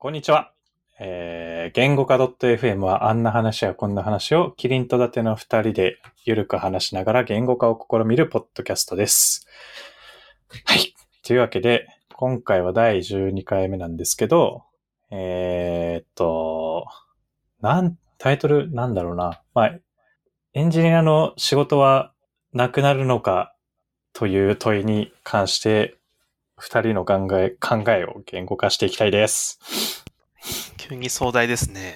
こんにちは。言語化 .fm はあんな話やこんな話をキリンと伊達の二人でゆるく話しながら言語化を試みるポッドキャストです。はい。というわけで、今回は第12回目なんですけど、タイトルなんだろうな。エンジニアの仕事はなくなるのかという問いに関して二人の考えを言語化していきたいです。 急に壮大ですね。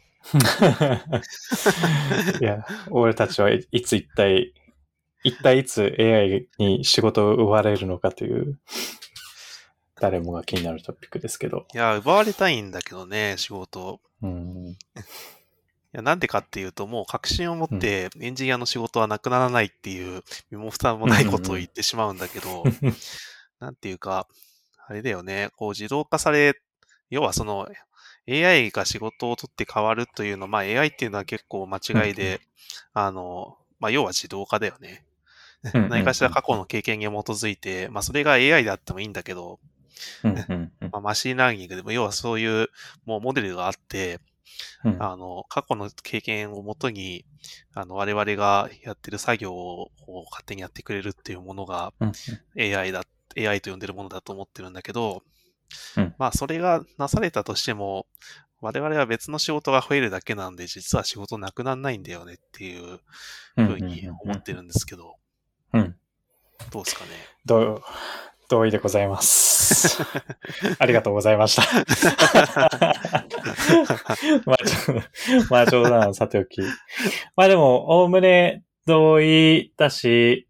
いや、俺たちはいつ一体いつ AI に仕事を奪われるのかという、誰もが気になるトピックですけど。 いや、奪われたいんだけどね、仕事。いや、なんでかっていうと、もう確信を持ってエンジニアの仕事はなくならないっていう身も蓋もないことを言ってしまうんだけど、なんていうか、あれだよね、こう自動化され、要はその AI が仕事を取って変わるというの、AI っていうのは結構間違いで、要は自動化だよね。何かしら過去の経験に基づいて、それが AI であってもいいんだけど、マシンラーニングでも、要はそういうもうモデルがあって、過去の経験をもとに、我々がやってる作業を勝手にやってくれるっていうものが AI と呼んでるものだと思ってるんだけど、それがなされたとしても、我々は別の仕事が増えるだけなんで、実は仕事なくならないんだよねっていうふうに思ってるんですけど、どうですかね。 同意でございます。ありがとうございました。冗談はさておき。でも、おおむね同意だし、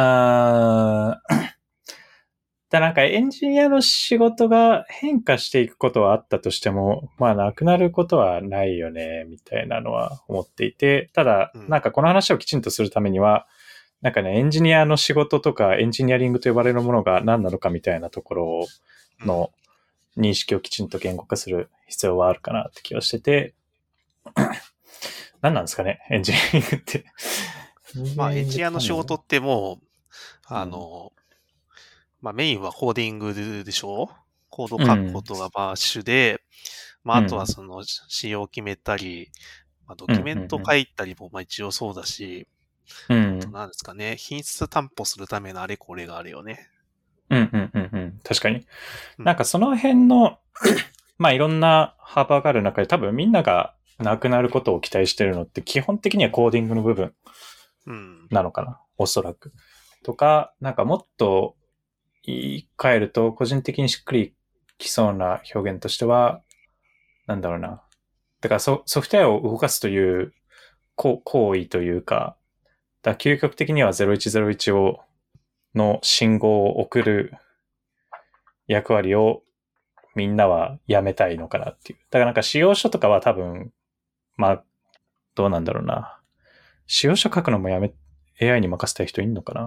なんかエンジニアの仕事が変化していくことはあったとしても、なくなることはないよね、みたいなのは思っていて、ただ、なんかこの話をきちんとするためには、なんかね、エンジニアの仕事とかエンジニアリングと呼ばれるものが何なのかみたいなところの認識をきちんと言語化する必要はあるかなって気がしてて、何なんですかね、エンジニアリングって。 エンジニアの仕事ってもう、メインはコーディングでしょ？コード書くことが主で、あとはその仕様を決めたり、ドキュメント書いたりも一応そうだし、あと何ですかね、品質担保するためのあれこれがあるよね。 確かに。なんかその辺の、いろんな幅がある中で多分みんながなくなることを期待してるのって基本的にはコーディングの部分なのかな、おそらく。とか、なんかもっと言い換えると個人的にしっくりきそうな表現としては、なんだろうな。だからソフトウェアを動かすという行為というか、究極的には0101の信号を送る役割をみんなはやめたいのかなっていう。だからなんか使用書とかは多分、どうなんだろうな。使用書書くのもAI に任せたい人いんのか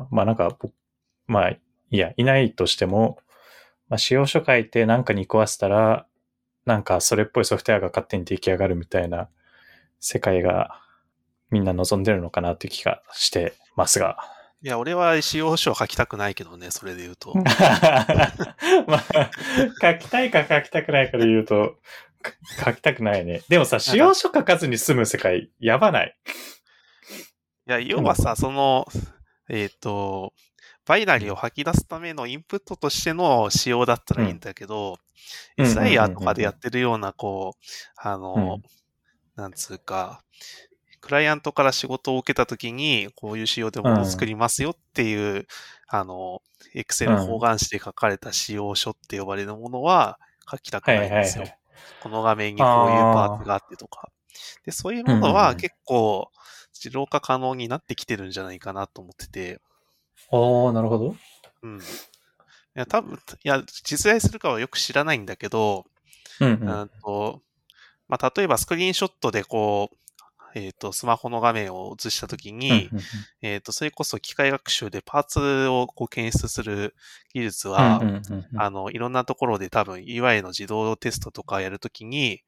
ないないとしても、使用書書いてなんかに壊せたら、なんかそれっぽいソフトウェアが勝手に出来上がるみたいな世界がみんな望んでるのかなっていう気がしてますが。 いや、俺は使用書を書きたくないけどね、それで言うと。 書きたいか書きたくないかで言うと、書きたくないね。でもさ、使用書書かずに済む世界、やばない？ いや、要はさ、バイナリーを吐き出すためのインプットとしての仕様だったらいいんだけど、SIR とかでやってるような、なんつうか、クライアントから仕事を受けたときに、こういう仕様でものを作りますよっていう、Excel の方眼紙で書かれた仕様書って呼ばれるものは書きたくないんですよ。この画面にこういうパーツがあってとか。で、そういうものは結構自動化可能になってきてるんじゃないかなと思ってて。 なるほど。 いや、多分、実在するかはよく知らないんだけど、例えばスクリーンショットでスマホの画面を映したときに、それこそ機械学習でパーツを検出する技術は、いろんなところで多分 UI の自動テストとかやるときに、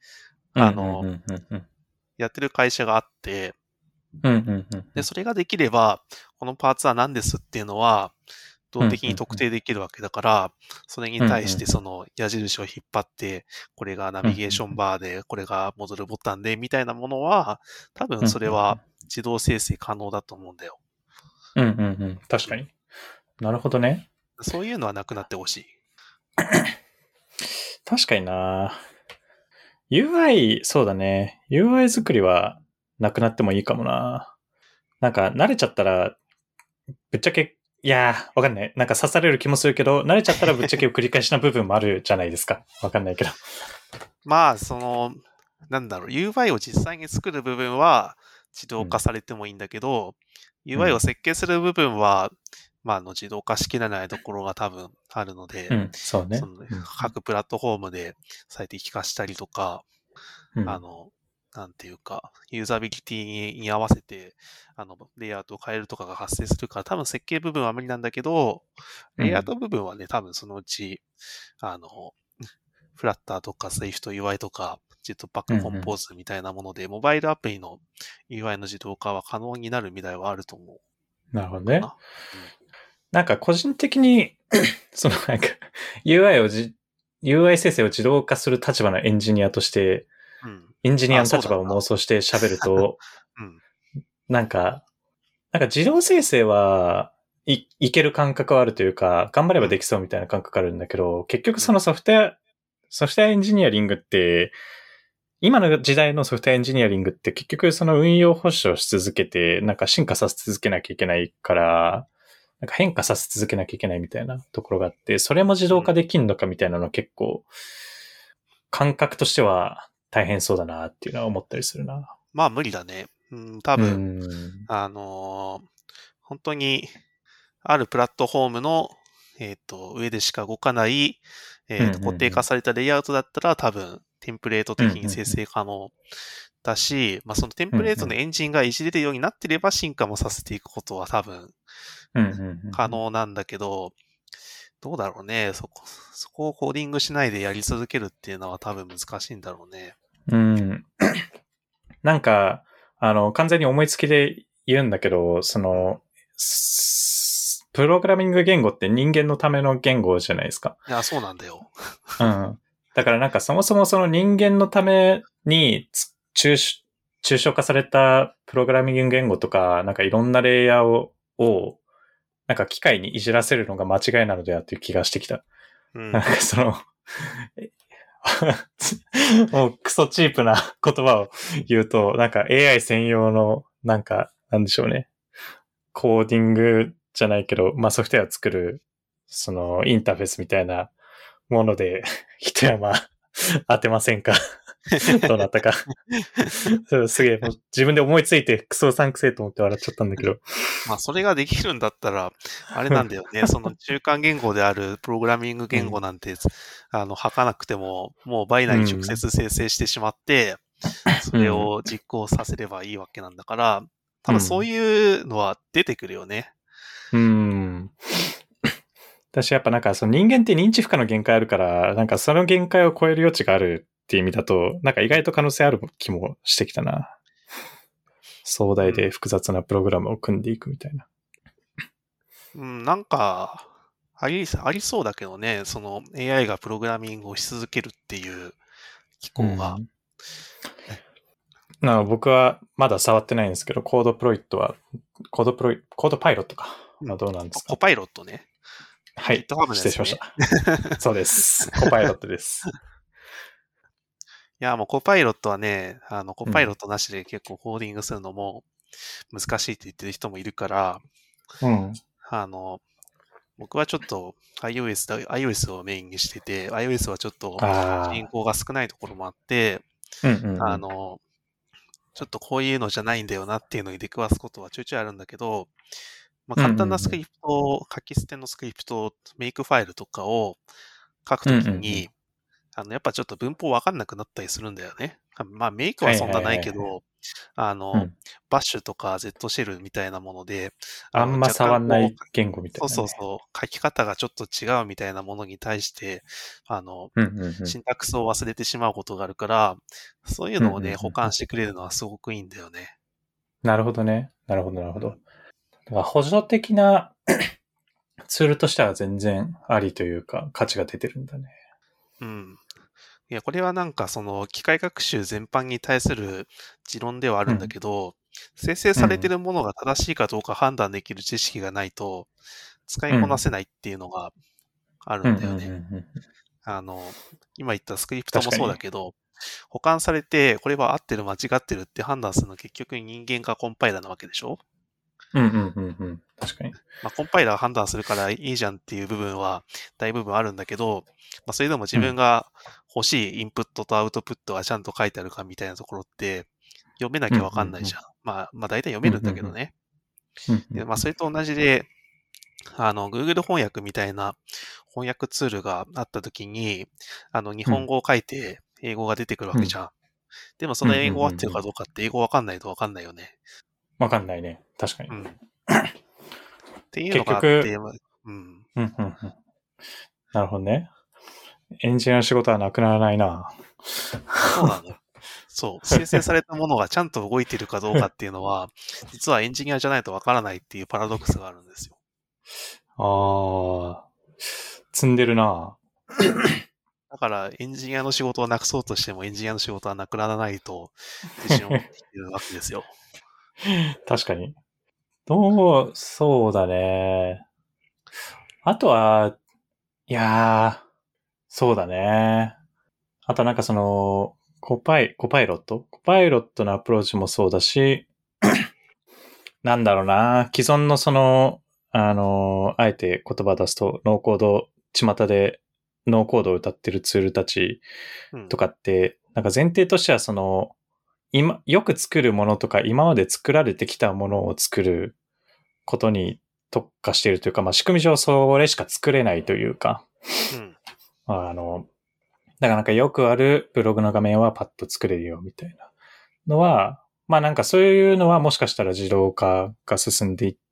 やってる会社があって、で、それができれば、このパーツは何ですっていうのは、 動的に特定できるわけだから、それに対してその矢印を引っ張って、これがナビゲーションバーで、これが戻るボタンで、みたいなものは、多分それは自動生成可能だと思うんだよ。 確かに。なるほどね。 そういうのはなくなってほしい。 確かにな。UI、そうだね。UI 作りはなくなってもいいかもな。なんか慣れちゃったら、ぶっちゃけ、いやー、わかんない。なんか刺される気もするけど、慣れちゃったらぶっちゃけ繰り返しな部分もあるじゃないですか。わかんないけど。 まあ、なんだろう、UI を実際に作る部分は自動化されてもいいんだけど、UI を設計する部分は、まあ、自動化しきれないところが多分あるので、 そうね。 各プラットフォームで最適化したりとか、なんていうか、ユーザビリティに合わせて、レイアウトを変えるとかが発生するから、多分設計部分は無理なんだけど、レイアウト部分はね、多分そのうち、フラッターとか Swift UI とか、ジェットパックコンポーズみたいなもので、モバイルアプリの UI の自動化は可能になる未来はあると思う。 なるほどね。なんか個人的に、なんか UI 生成を自動化する立場のエンジニアとして、エンジニアの立場を妄想して喋ると、なんか自動生成はいける感覚はあるというか、頑張ればできそうみたいな感覚あるんだけど、結局そのソフトウェアエンジニアリングって、今の時代のソフトウェアエンジニアリングって結局その運用保守をし続けて、なんか進化させ続けなきゃいけないから、なんか変化させ続けなきゃいけないみたいなところがあって、それも自動化できんのかみたいなの結構、感覚としては大変そうだなっていうのは思ったりするな。 まあ無理だね。多分、本当に、あるプラットフォームの、上でしか動かない、固定化されたレイアウトだったら多分、テンプレート的に生成可能だし、まあそのテンプレートのエンジンがいじれるようになってれば進化もさせていくことは多分、可能なんだけど、どうだろうね。そこをコーディングしないでやり続けるっていうのは多分難しいんだろうね。 なんか、完全に思いつきで言うんだけど、プログラミング言語って人間のための言語じゃないですか。 いや、そうなんだよ。 だからなんかそもそもその人間のために抽象化されたプログラミング言語とか、なんかいろんなレイヤーをなんか機械にいじらせるのが間違いなのではっていう気がしてきた。なんかもうクソチープな言葉を言うと、なんか AI 専用の、なんか、なんでしょうね。コーディングじゃないけど、まあソフトウェアを作る、インターフェースみたいなもので、一山当てませんかどうなったかすげえ、もう自分で思いついてクソうさんくせえと思って笑っちゃったんだけど。 まあ、それができるんだったら、あれなんだよね。その中間言語であるプログラミング言語なんて、吐かなくても、もうバイナリ直接生成してしまって、それを実行させればいいわけなんだから、多分そういうのは出てくるよね。 私やっぱなんかその人間って認知負荷の限界あるから、なんかその限界を超える余地があるっていう意味だと、なんか意外と可能性ある気もしてきたな。壮大で複雑なプログラムを組んでいくみたいな。 なんか、ありそうだけどね、その AI がプログラミングをし続けるっていう機構が。 僕はまだ触ってないんですけど、コードパイロットか。どうなんですか？ コパイロットね。 はい。失礼しました。そうです。コパイロットです。 いや、もうコパイロットはね、コパイロットなしで結構コーディングするのも難しいって言ってる人もいるから、僕はちょっと iOS をメインにしてて、iOS はちょっと人口が少ないところもあって、ちょっとこういうのじゃないんだよなっていうのに出くわすことはちょいちょいあるんだけど、まあ、簡単なスクリプト、書き捨てのスクリプト、メイクファイルとかを書くときに、やっぱちょっと文法わかんなくなったりするんだよね。まあ、メイクはそんなないけど、バッシュとか Z シェルみたいなもので、 あんま触んない言語みたいな、 そう。書き方がちょっと違うみたいなものに対して、シンタックスを忘れてしまうことがあるから、そういうのをね、補完してくれるのはすごくいいんだよね。 なるほどね。なるほど。だから補助的なツールとしては全然ありというか、価値が出てるんだね。 うん。いや、これはなんかその機械学習全般に対する持論ではあるんだけど、生成されているものが正しいかどうか判断できる知識がないと、使いこなせないっていうのがあるんだよね。今言ったスクリプトもそうだけど、保管されて、これは合ってる間違ってるって判断するのは結局人間かコンパイラーなわけでしょ。 確かに。 まあ、コンパイラーが判断するからいいじゃんっていう部分は大部分あるんだけど、まあ、それでも自分が欲しいインプットとアウトプットがちゃんと書いてあるかみたいなところって読めなきゃわかんないじゃん。まあ大体読めるんだけどね。でまあそれと同じで、Google 翻訳みたいな翻訳ツールがあった時に、日本語を書いて英語が出てくるわけじゃん。でもその英語合ってるかどうかって英語わかんないとわかんないよね。 わかんないね。確かに。 っていうのがあって、 なるほどね。エンジニアの仕事はなくならないな。 そうなの。そう。生成されたものがちゃんと動いているかどうかっていうのは、実はエンジニアじゃないとわからないっていうパラドックスがあるんですよ。 積んでるな。 だから、エンジニアの仕事をなくそうとしても、エンジニアの仕事はなくならないと、自信を持っているわけですよ。 確かに。そうだね。あとは、いやー、そうだね。あとなんかその、コパイロットのアプローチもそうだし、なんだろうな、既存のその、あえて言葉出すと、ノーコード、巷でノーコードを歌ってるツールたちとかって、なんか前提としてはその、よく作るものとか、今まで作られてきたものを作ることに特化しているというか、まあ仕組み上それしか作れないというか、だからなんかよくあるブログの画面はパッと作れるよみたいなのは、まあなんかそういうのはもしかしたら自動化が進んでいって、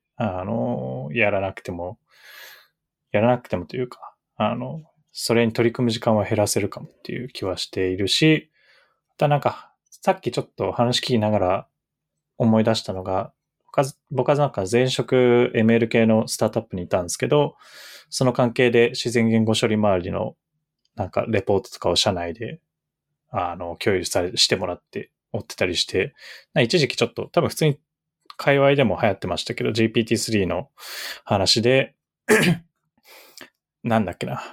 やらなくてもというか、それに取り組む時間は減らせるかもっていう気はしているし、あとなんか、さっきちょっと話聞きながら思い出したのが、僕はなんか前職 ML 系のスタートアップにいたんですけど、その関係で自然言語処理周りのなんかレポートとかを社内で、共有してもらって追ってたりして、一時期ちょっと多分普通に界隈でも流行ってましたけど、GPT-3 の話で、なんだっけな、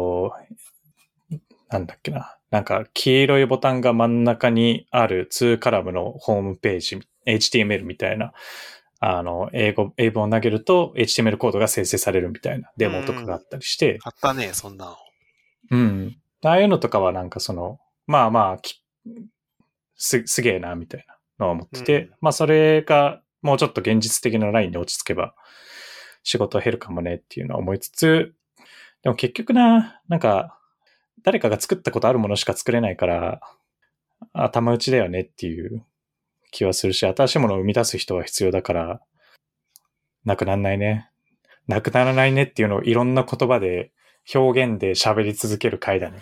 なんか黄色いボタンが真ん中にある2カラムのホームページ、HTML みたいな、英文を投げると HTML コードが生成されるみたいなデモとかがあったりして。 あったね、そんなの。 うん。ああいうのとかはなんかその、まあまあ、すげえな、みたいなのを思ってて、まあそれがもうちょっと現実的なラインに落ち着けば仕事は減るかもねっていうのは思いつつ、でも結局なんか誰かが作ったことあるものしか作れないから、頭打ちだよねっていう気はするし、新しいものを生み出す人は必要だから、なくならないね。なくならないねっていうのをいろんな言葉で表現で喋り続ける回だね。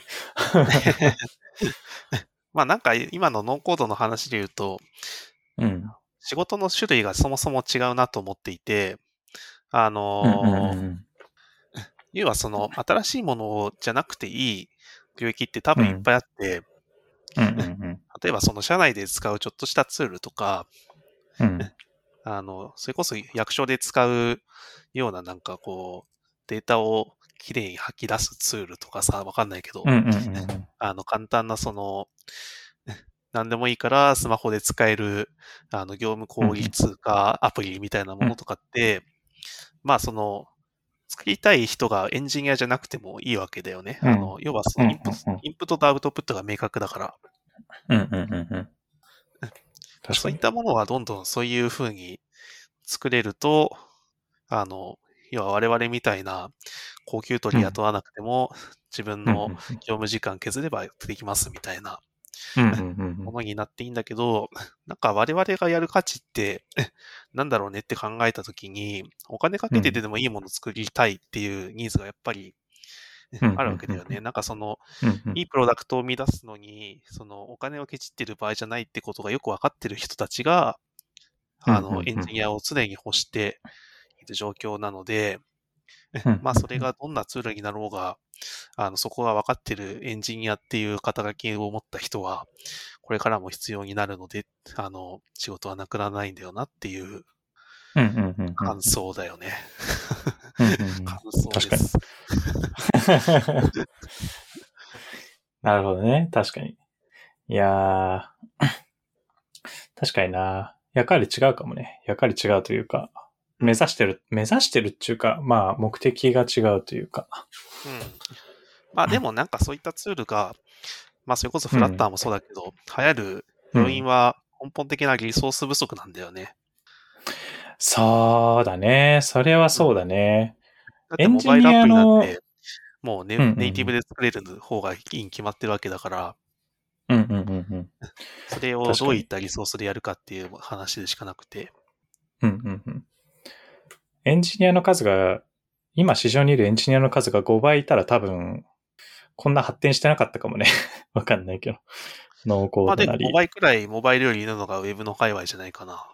まあなんか今のノンコードの話で言うと、仕事の種類がそもそも違うなと思っていて、要はその新しいものじゃなくていい領域って多分いっぱいあって、例えばその社内で使うちょっとしたツールとか、それこそ役所で使うようななんかこう、データをきれいに吐き出すツールとかさ、わかんないけど、簡単なその、何でもいいからスマホで使える、業務効率化アプリみたいなものとかって、まあその、作りたい人がエンジニアじゃなくてもいいわけだよね。要はそのインプットとアウトプットが明確だから。そういったものはどんどんそういう風に作れると、要は我々みたいな高給取り雇わなくても、自分の業務時間削ればできますみたいなものになっていいんだけど、なんか我々がやる価値ってなんだろうねって考えたときに、お金かけてでもいいものを作りたいっていうニーズがやっぱりあるわけだよね。なんかその、いいプロダクトを生み出すのに、そのお金をケチってる場合じゃないってことがよくわかってる人たちが、エンジニアを常に欲している状況なので、 まあそれがどんなツールになろうが、そこが分かってるエンジニアっていう肩書きを持った人は、これからも必要になるので、仕事はなくならないんだよなっていう感想だよね。感想です。 なるほどね。確かに。いやー、確かにな。役割違うかもね。役割違うというか、目指してるっていうか、まあ目的が違うというか。 まあでもなんかそういったツールが、まあそれこそフラッターもそうだけど、流行る要因は根本的なリソース不足なんだよね。 そうだね。それはそうだね。 だってモバイルアプリなんて、もうネイティブで作れる方がいいに決まってるわけだから、それをどういったリソースでやるかっていう話でしかなくて。 エンジニアの数が、今市場にいるエンジニアの数が5倍いたら多分、こんな発展してなかったかもね。わかんないけど。ノーコードなり。 まあでも5倍くらいモバイルよりいるのがウェブの界隈じゃないかな。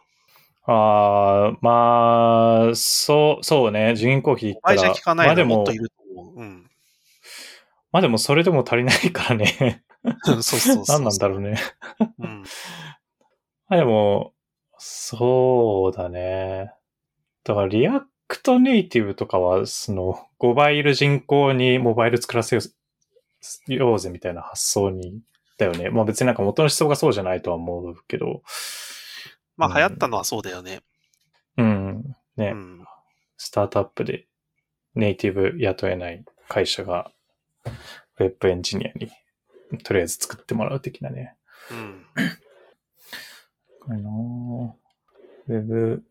まあ、そうね。人口比で言ったら。 5倍じゃ効かないのもっといると思う。 まあでもそれでも足りないからね。 そう。 何なんだろうね。 うん。 まあでも、そうだね。だからリアクトネイティブとかは、5倍いる人口にモバイル作らせようぜみたいな発想だよね。まあ別になんか元の思想がそうじゃないとは思うけど。 まあ流行ったのはそうだよね。 ね。スタートアップでネイティブ雇えない会社がウェブエンジニアにとりあえず作ってもらう的なね。ウェブ、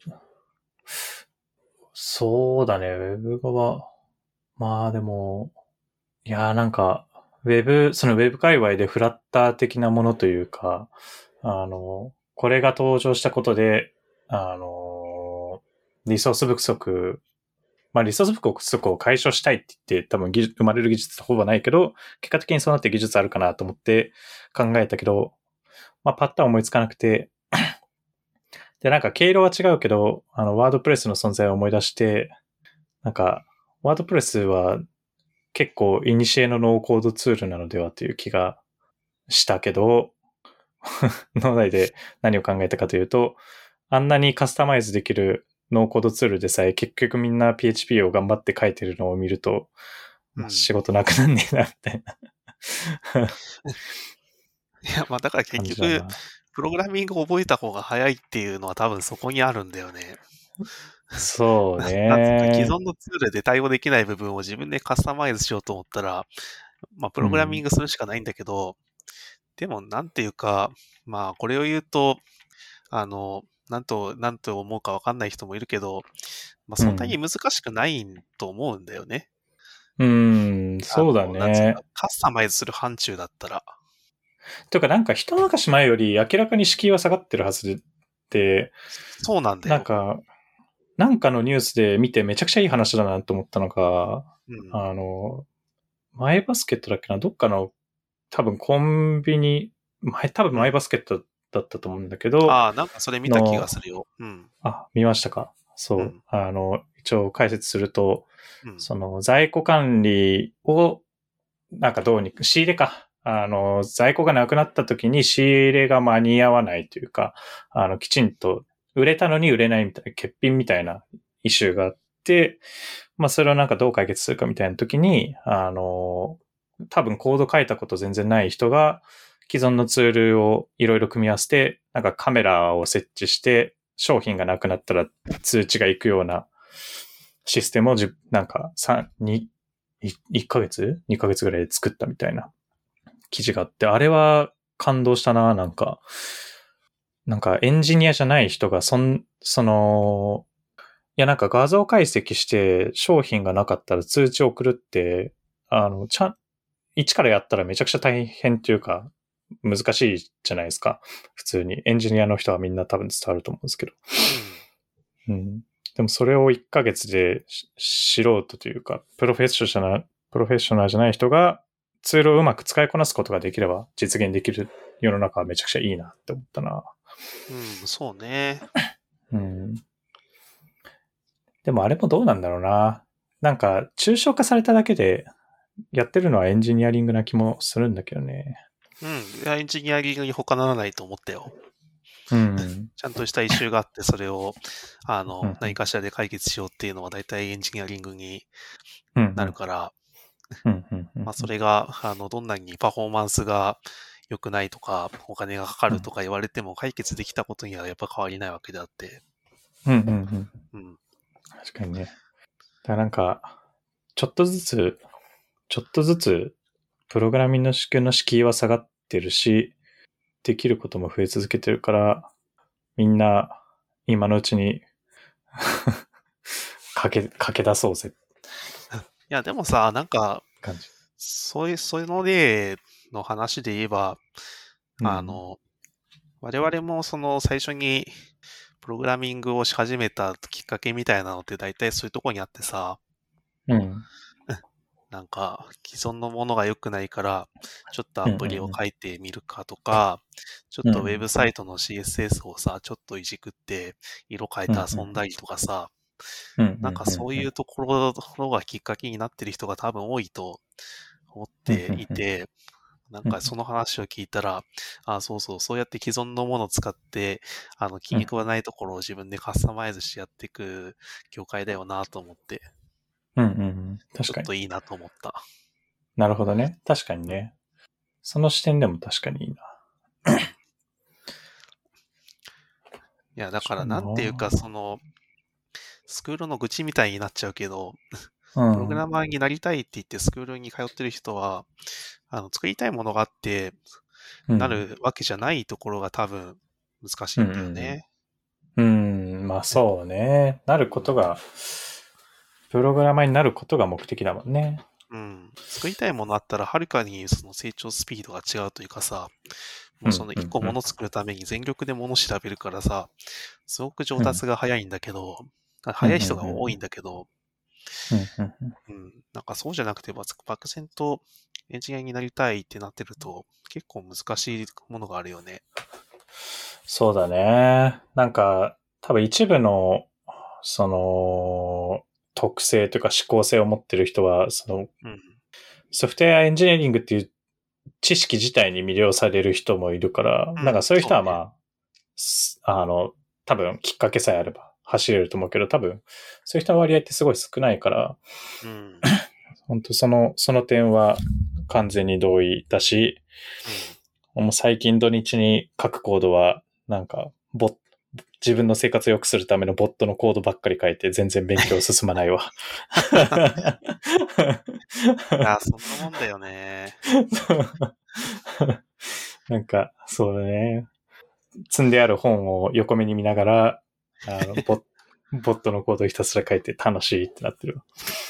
そうだね、ウェブ側。まあでも、いやーなんか、そのウェブ界隈でフラッター的なものというか、これが登場したことで、リソース不足、まあリソース不足を解消したいって言って多分生まれる技術ってほぼないけど、結果的にそうなって技術あるかなと思って考えたけど、まあパッとは思いつかなくて、で、なんか経路は違うけど、ワードプレスの存在を思い出して、なんか、ワードプレスは結構イニシエのノーコードツールなのではという気がしたけど、脳内で何を考えたかというと、あんなにカスタマイズできるノーコードツールでさえ結局みんな PHP を頑張って書いてるのを見ると、仕事なくなんねえな、みたいな。 いや、まあだから結局、プログラミングを覚えた方が早いっていうのは多分そこにあるんだよね。 そうね。 なんつうか既存のツールで対応できない部分を自分でカスタマイズしようと思ったら、まあプログラミングするしかないんだけど、でもなんていうか、まあこれを言うと、なんと思うかわかんない人もいるけど、まあそんなに難しくないと思うんだよね。 そうだね。 カスタマイズする範疇だったら。 というかなんか一昔前より明らかに敷居は下がってるはずで、 そうなんだよ。 なんかのニュースで見てめちゃくちゃいい話だなと思ったのが、マイバスケットだっけな、どっかの多分コンビニ、多分マイバスケットだったと思うんだけど、 なんかそれ見た気がするよ。 見ましたか。そう。一応解説すると、その在庫管理を、なんかどうにか、仕入れか。在庫がなくなった時に仕入れが間に合わないというか、きちんと売れたのに売れないみたいな、欠品みたいなイシューがあって、まあそれをなんかどう解決するかみたいな時に、多分コード書いたこと全然ない人が、既存のツールをいろいろ組み合わせて、なんかカメラを設置して、商品がなくなったら通知が行くようなシステムをなんか1ヶ月 ?2 ヶ月ぐらいで作ったみたいな記事があって、あれは感動したな、なんかエンジニアじゃない人がいやなんか画像解析して商品がなかったら通知を送るって、一からやったらめちゃくちゃ大変というか、難しいじゃないですか。普通に。エンジニアの人はみんな多分伝わると思うんですけど。でもそれを1ヶ月で素人というか、プロフェッショナルじゃない人がツールをうまく使いこなすことができれば実現できる世の中はめちゃくちゃいいなって思ったな。 そうね。 でもあれもどうなんだろうな。 なんか、抽象化されただけで、やってるのはエンジニアリングな気もするんだけどね。 うん。いやエンジニアリングに他ならないと思ったよ。 うん。 ちゃんとしたイシューがあって、それを、 うん。 何かしらで解決しようっていうのは大体エンジニアリングにうん。 なるから、 うん。うん。 まあ、それが、どんなにパフォーマンスが良くないとか、お金がかかるとか言われても解決できたことにはやっぱ変わりないわけであって。 うん。うん。 うん。 確かにね。だからなんか、ちょっとずつ、プログラミングの試験の敷居は下がってるし、できることも増え続けてるから、みんな、今のうちに駆け出そうぜ。 いや、でもさ、なんか、 感じ。 そういうの例の話で言えば、 うん。 我々もその最初にプログラミングをし始めたきっかけみたいなのって大体そういうところにあってさ、 うん。 なんか既存のものが良くないから、ちょっとうん。 アプリを書いてみるかとか、ちょっうん。 とウェブサイトの CSS をさ、ちょっといじくって色変えてうん。 遊んだりとかさ、 うん。 なんかそういうところがきっかけになってる人が多分多いと思っうん。 ていて、なんうん。 かその話を聞いたら、そうそう、そうやって既存のものを使って、気に食わないところを自分でカスタマイズしてやっていく業界だよなと思って、 うん。確ちょっかに。 といいなと思った。 なるほどね。確かにうん。 ね。その視点でも確かにいいな。 うん。いや、だから確かにな。 なんていうか、スクールの愚痴みたいになっちゃうけど、プログうん。 ラマーになりたいって言ってスクールに通ってる人は、作りたいものがあって、なうん。 るわけじゃないところが多分難しうん。 いんだよね。 うん。まあそうね。なるうん。 ことが、プログラマーになることが目的だもんね。 うん。作りたいものあったら、はるかにその成長スピードが違うというかさ、もうそうん。 の一個もの作るために全力でもの調べるからさ、すごく上うん。 達が早いんだけど、 うん。 早い人が多いんだけど、 うん。うん。 うん。なんかそうじゃなくて、漠然とエンジニアになりたいってなってると、結構難しいものがあるよね。 そうだね。なんか、多分一部の、その、特性というか思考性を持ってる人は、その、 うん。 ソフトウェアエンジニアリングっていう知識自体に魅了される人もいるから、 うん、 なんかそういう人そうね。 はま多分きっかけさえあれば走れると思うけど、多分そういう人の割合ってすごい少ないから、 うん。 本当その点は完全に同意だし、 うん。 もう最近土日に書くコードは、なんか、自分の生活を良くするためのボットのコードばっかり書いて全然勉強進まないわ。 そんなもんだよね。 なんか、そうだね。積んである本を横目に見ながら、あの、ボボットのコードをひたすら書いて楽しいってなってる。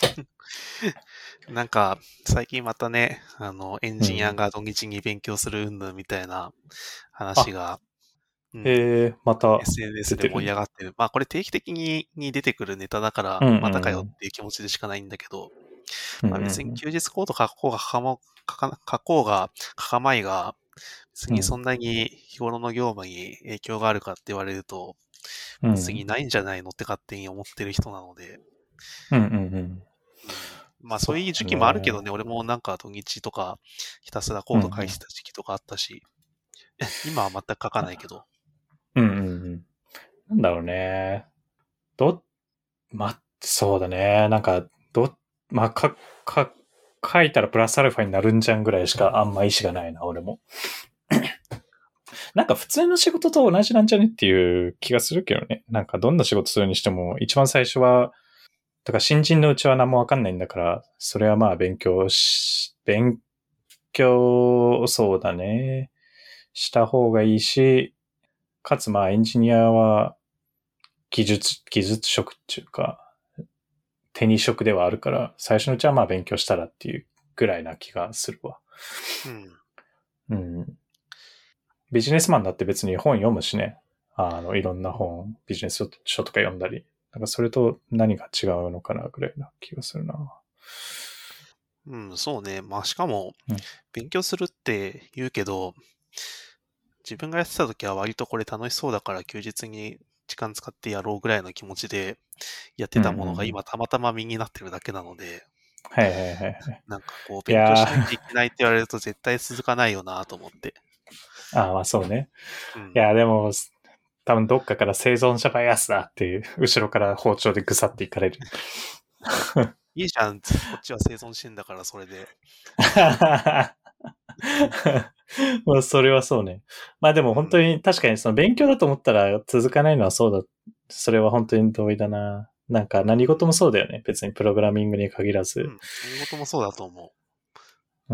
なんか、最近またね、エンジニアうん。 が土日に勉強する云々みたいな話あ、 が、うん、 また SNS で盛り出てるんだ。 上がってる。まあこれ定期的に出てくるネタだから、 うんうまたかよっんていう気持ちでしかないんだけど、 うん。うまあん別に休日コード書こうが書かまいが、別うん。 にそんなに日頃の業務に影響があるかって言われると、別にうん。 ないんじゃないのって勝手に思ってる人なので、 うんうんうん。 うん。まあそそういう時う期もあるけどね。 ね、俺もなんか土日とかひたすらコード書いてうんうん。 た時期とかあったし、今は全く書かないけど。 うんうんうん。なんだろうね。そうだね。なんか、まあ、書いたらプラスアルファになるんじゃんぐらいしかあんま意思がないな、俺も。なんか普通の仕事と同じなんじゃねっていう気がするけどね。なんかどんな仕事するにしても、一番最初は、だから新人のうちは何もわかんないんだから、それはまあ勉強、そうだね。した方がいいし、かつまあエンジニアは技術職っていうか、手に職ではあるから、最初のうちはまあ勉強したらっていうぐらいな気がするわ。 うん。 うん。ビジネスマンだって別に本読むしね。いろんな本、ビジネス書とか読んだり。なんかそれと何が違うのかなぐらいな気がするな。 うん、そうね。まあしかも、 うん。 勉強するって言うけど、自分がやってた時は割とこれ楽しそうだから休日に時間使ってやろうぐらいの気持ちでやってたものが今たまたま身になってるだけなので、 はいはいはいはい。 なんかこう勉強しなきゃいけないって言われると絶対続かないよなと思って。 まあそうね。いやでも、多分どっかから生存者バイアスだっていう、後ろから包丁でぐさっていかれる。 いいじゃん、こっちは生存してんだからそれで。 まあそれはそうね。まあでも本当に確かにその勉強だと思ったら続かないのはそうだ。それは本当に同意だな。なんか何事もそうだよね。別にプログラミングに限らず。 何事もそうだと思う。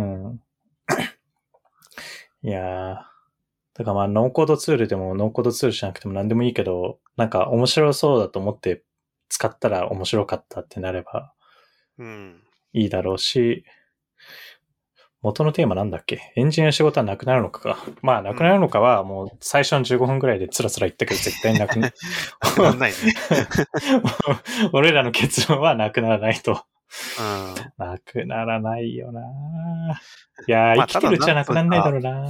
いやー。だからまあノーコードツールでもノーコードツールじゃなくても何でもいいけど、なんか面白そうだと思って使ったら面白かったってなればいいだろうし、元のテーマなんだっけ？エンジニアの仕事はなくなるのか。まあなくなるのかはもう最初の15分ぐらいでつらつら言ったけど絶対になくならないね。 俺らの結論はなくならないと。なくならないよな。いやー、生きてるうちはなくならないだろうな。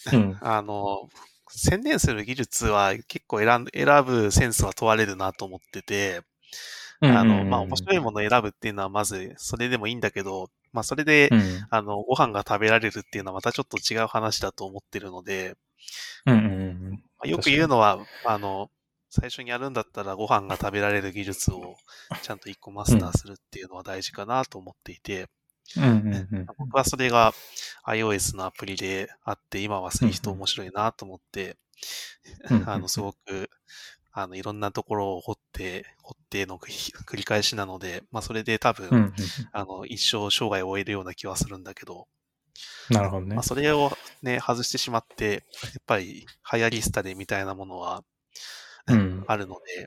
専念する技術は結構選ぶセンスは問われるなと思ってて、まあ面白いものを選ぶっていうのはまずそれでもいいんだけど、まあそれで、ご飯が食べられるっていうのはまたちょっと違う話だと思ってるので、よく言うのは、最初にやるんだったらご飯が食べられる技術をちゃんと一個マスターするっていうのは大事かなと思っていて、僕はそれが iOS のアプリであって、今はスイフト面白いなと思って、すごく、いろんなところを掘っての繰り返しなので、まあそれで多分、一生生涯を終えるような気はするんだけど、 なるほどね。 まあそれをね、外してしまって、やっぱり流行り廃れみたいなものは、あるので、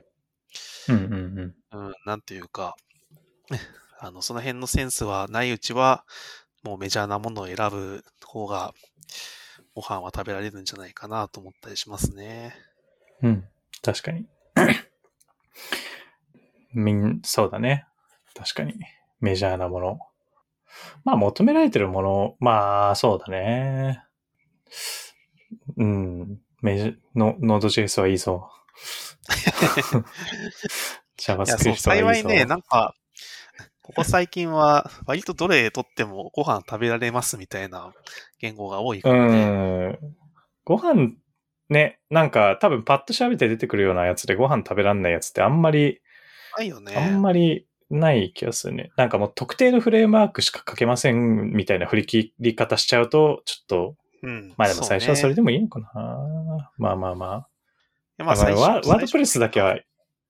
なんていうか、その辺のセンスはないうちは、もうメジャーなものを選ぶ方が、ご飯は食べられるんじゃないかなと思ったりしますね。 確かに。そうだね。確かに。メジャーなもの。まあ求められてるもの、まあそうだね。Node.js はいいぞ。JavaScript 幸いね、なんか、ここ最近は割とどれとってもご飯食べられますみたいな言語が多いからね。 ご飯ね、なんか多分パッと調べて出てくるようなやつでご飯食べられないやつってあんまり、 ないよね。 あんまりない気がするね。なんかもう特定のフレームワークしか書けませんみたいな振り切り方しちゃうと、ちょっと、まあでも最初はそれでもいいのかな。まあまあまあ。ワードプレスだけは、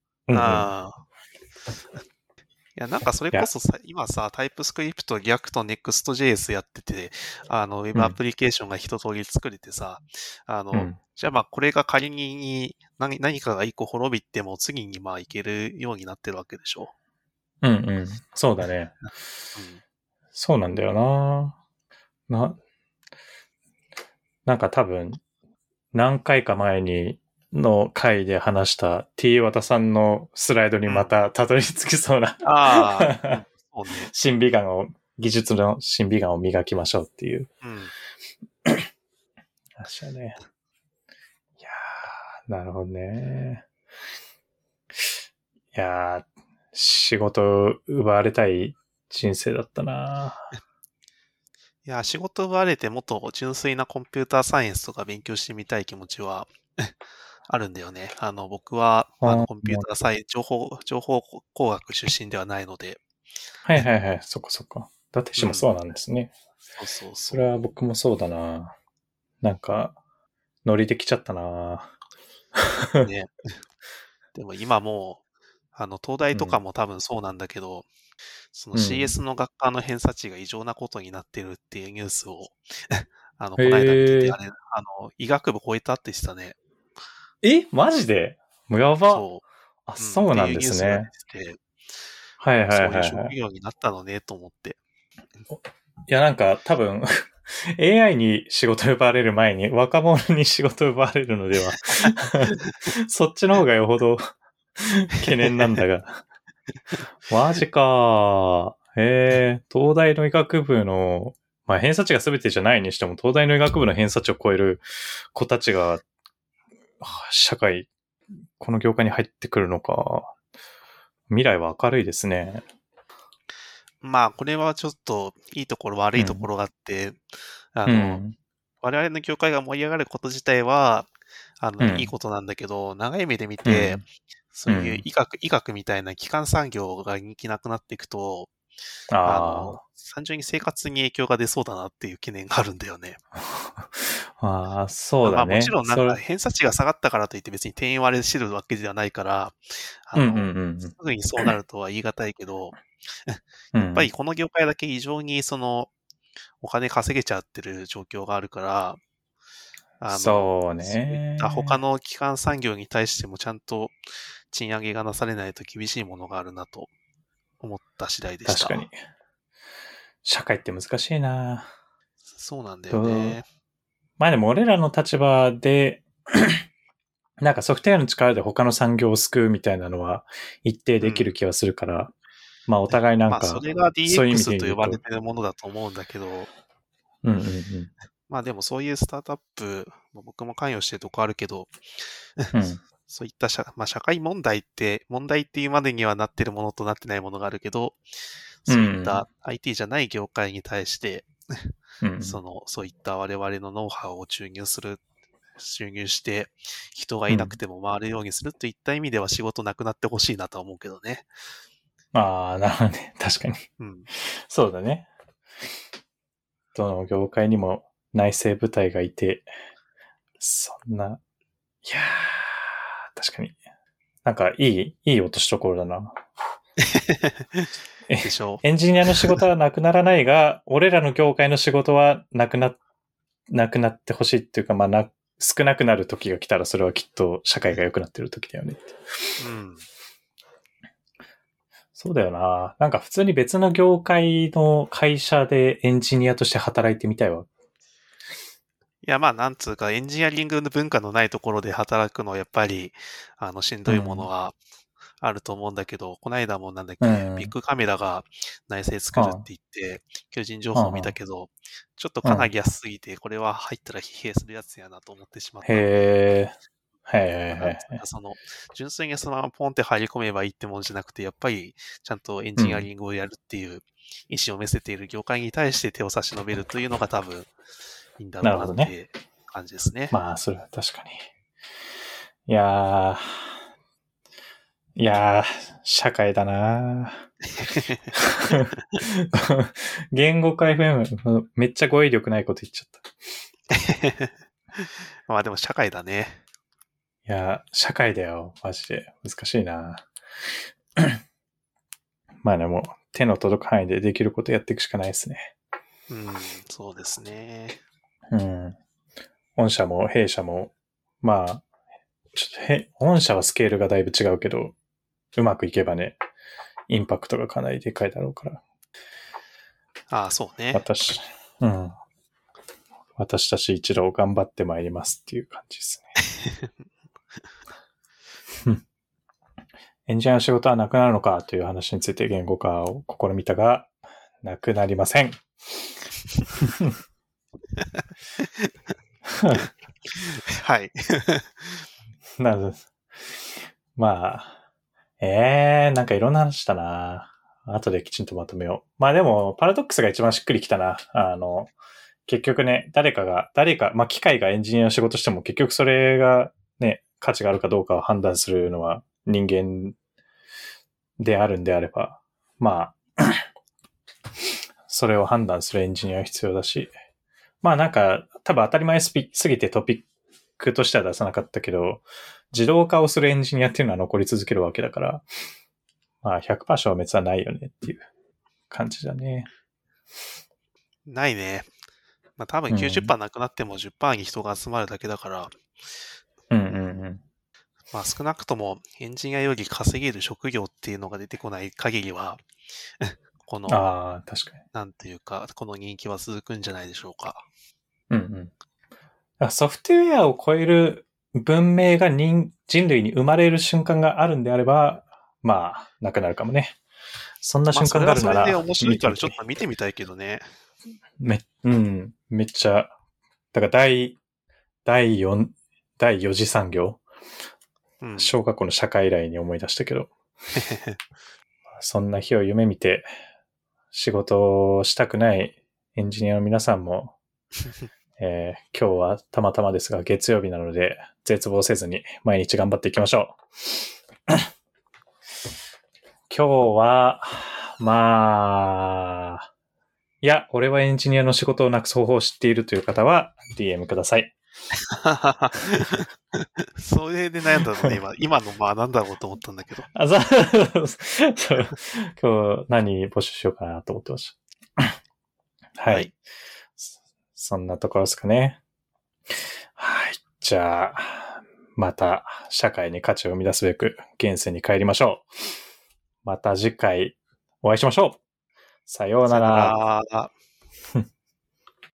いや、なんかそれこそさ、今さ、タイプスクリプト、リアクト、Next.js やってて、ウェブアプリケーションが一通り作れてさ、じゃあまあこれが仮に何かが一個滅びても次にまあいけるようになってるわけでしょ。 そうだね。そうなんだよな。なんか多分、何回か前の回で話した T 和田さんのスライドにまたたどり着きそうな、技術の審美眼を磨きましょうっていう。話だね。いやー、なるほどね。いやー、仕事奪われたい人生だったな。 いや、仕事奪われてもっと純粋なコンピューターサイエンスとか勉強してみたい気持ちはあるんだよね。僕は、コンピューターサイエンス、情報工学出身ではないので。 はいはいはい、そっかそっか。だってしもそうなんですね。 そう。 それは僕もそうだな。なんか、ノリできちゃったな。 ね。でも今もう、東大とかも多分そうなんだけど、その CS の学科の偏差値が異常なことになってるっていうニュースをこの間見てて、あれ、医学部超えたって言ってたね。 マジでやば。 そう。 そうなんですね。はいはいはい。 そういう職業になったのね、と思って。 いや、なんか多分、AI に仕事奪われる前に若者に仕事奪われるのではそっちの方がよほど懸念なんだが。マジか。東大の医学部の、まあ偏差値が全てじゃないにしても、東大の医学部の偏差値を超える子たちが、社会この業界に入ってくるのか。未来は明るいですね。 まあ、これはちょっといいところ悪いところがあって、 うん。 我々の業界が盛り上がること自体は、いいことなんだけど、長い目で見て、そういう医学みたいな基幹産業が人気なくなっていくと、単純に生活に影響が出そうだなっていう懸念があるんだよね。 そうだね。 まあもちろんなんか偏差値が下がったからといって別に定員割れしてるわけではないから、すぐにそうなるとは言い難いけど、やっぱりこの業界だけ異常にお金稼げちゃってる状況があるから、 そうね。 そういった他の基幹産業に対してもちゃんと賃上げがなされないと厳しいものがあるなと思った次第でした。 確かに。社会って難しいな。 そうなんだよね。 まあでも俺らの立場で、なんかソフトウェアの力で他の産業を救うみたいなのは一定できる気はするから、まあお互いなんか、 それが DX と呼ばれてるものだと思うんだけど、まあでもそういうスタートアップ、僕も関与してるとこあるけど、そういった社会問題っていうまでにはなってるものとなってないものがあるけど、そういった IT じゃない業界に対して、そういった我々のノウハウを注入して、人がいなくても回るようにするといった意味では仕事なくなってほしいなとは思うけどね。 なるほどね。確かに。そうだね。どの業界にも内政部隊がいて、そんな、いやー、確かに。なんかいい落としどころだな。 でしょ。 エンジニアの仕事はなくならないが、俺らの業界の仕事はなくなってほしいっていうか、まあ少なくなる時が来たらそれはきっと社会が良くなってる時だよねって。そうだよな。なんか普通に別の業界の会社でエンジニアとして働いてみたいわ。 いや、まあ、なんつうか、エンジニアリングの文化のないところで働くのはやっぱり、しんどいものはあると思うんだけど、この間もなんだっけ、ビッグカメラが内製作るって言って、求人情報を見たけど、ちょっとかなり安すぎて、これは入ったら疲弊するやつやなと思ってしまったので。純粋にそのままポンって入り込めばいいってもんじゃなくて、やっぱりちゃんとエンジニアリングをやるっていう意思を見せている業界に対して手を差し伸べるというのが多分いいんだろうなって感じですね。 まあ、それは確かに。いやー、社会だな言語化 FM、めっちゃ語彙力ないこと言っちゃった。 まあでも社会だね。 いや、社会だよ。マジで。難しいなまあでも、手の届く範囲でできることやっていくしかないですね。 そうですね。 御社も弊社も、まあ、御社はスケールがだいぶ違うけど、うまくいけばね、インパクトがかなりでかいだろうから。 そうね。 私たち一度頑張ってまいりますっていう感じですね。エンジニアの仕事はなくなるのかという話について言語化を試みたが、なくなりません。 はい。 まあ、なんかいろんな話したな。後できちんとまとめよう。まあでも、パラドックスが一番しっくりきたな。結局ね、誰か、まあ機械がエンジニアの仕事しても結局それがね、価値があるかどうかを判断するのは人間であるんであれば、まあ、それを判断するエンジニアは必要だし、まあなんか、多分当たり前すぎてトピックとしては出さなかったけど、自動化をするエンジニアっていうのは残り続けるわけだから、まあ 100% 消滅はないよねっていう感じだね。 ないね。まあ多分 90% なくなっても 10% に人が集まるだけだから、まあ少なくともエンジニアより稼げる職業っていうのが出てこない限りは、この、 確かに。 なんていうか、この人気は続くんじゃないでしょうか。 ソフトウェアを超える文明が人類に生まれる瞬間があるんであれば、まあ、なくなるかもね。そんな瞬間があるなら。 それはそれで面白いからちょっと見てみたいけどね。 めっちゃ、だから第4次産業小学校の社会以来に思い出したけど、そんな日を夢見て仕事をしたくないエンジニアの皆さんも、今日はたまたまですが月曜日なので絶望せずに毎日頑張っていきましょう。今日は、いや、俺はエンジニアの仕事をなくす方法を知っているという方は DM ください。 それで悩んだのね、今のなんだろうと思ったんだけど。 今日何募集しようかなと思ってました。はい。そんなところですかね。はい。じゃあ、また社会に価値を生み出すべく現世に帰りましょう。また次回お会いしましょう。さようなら。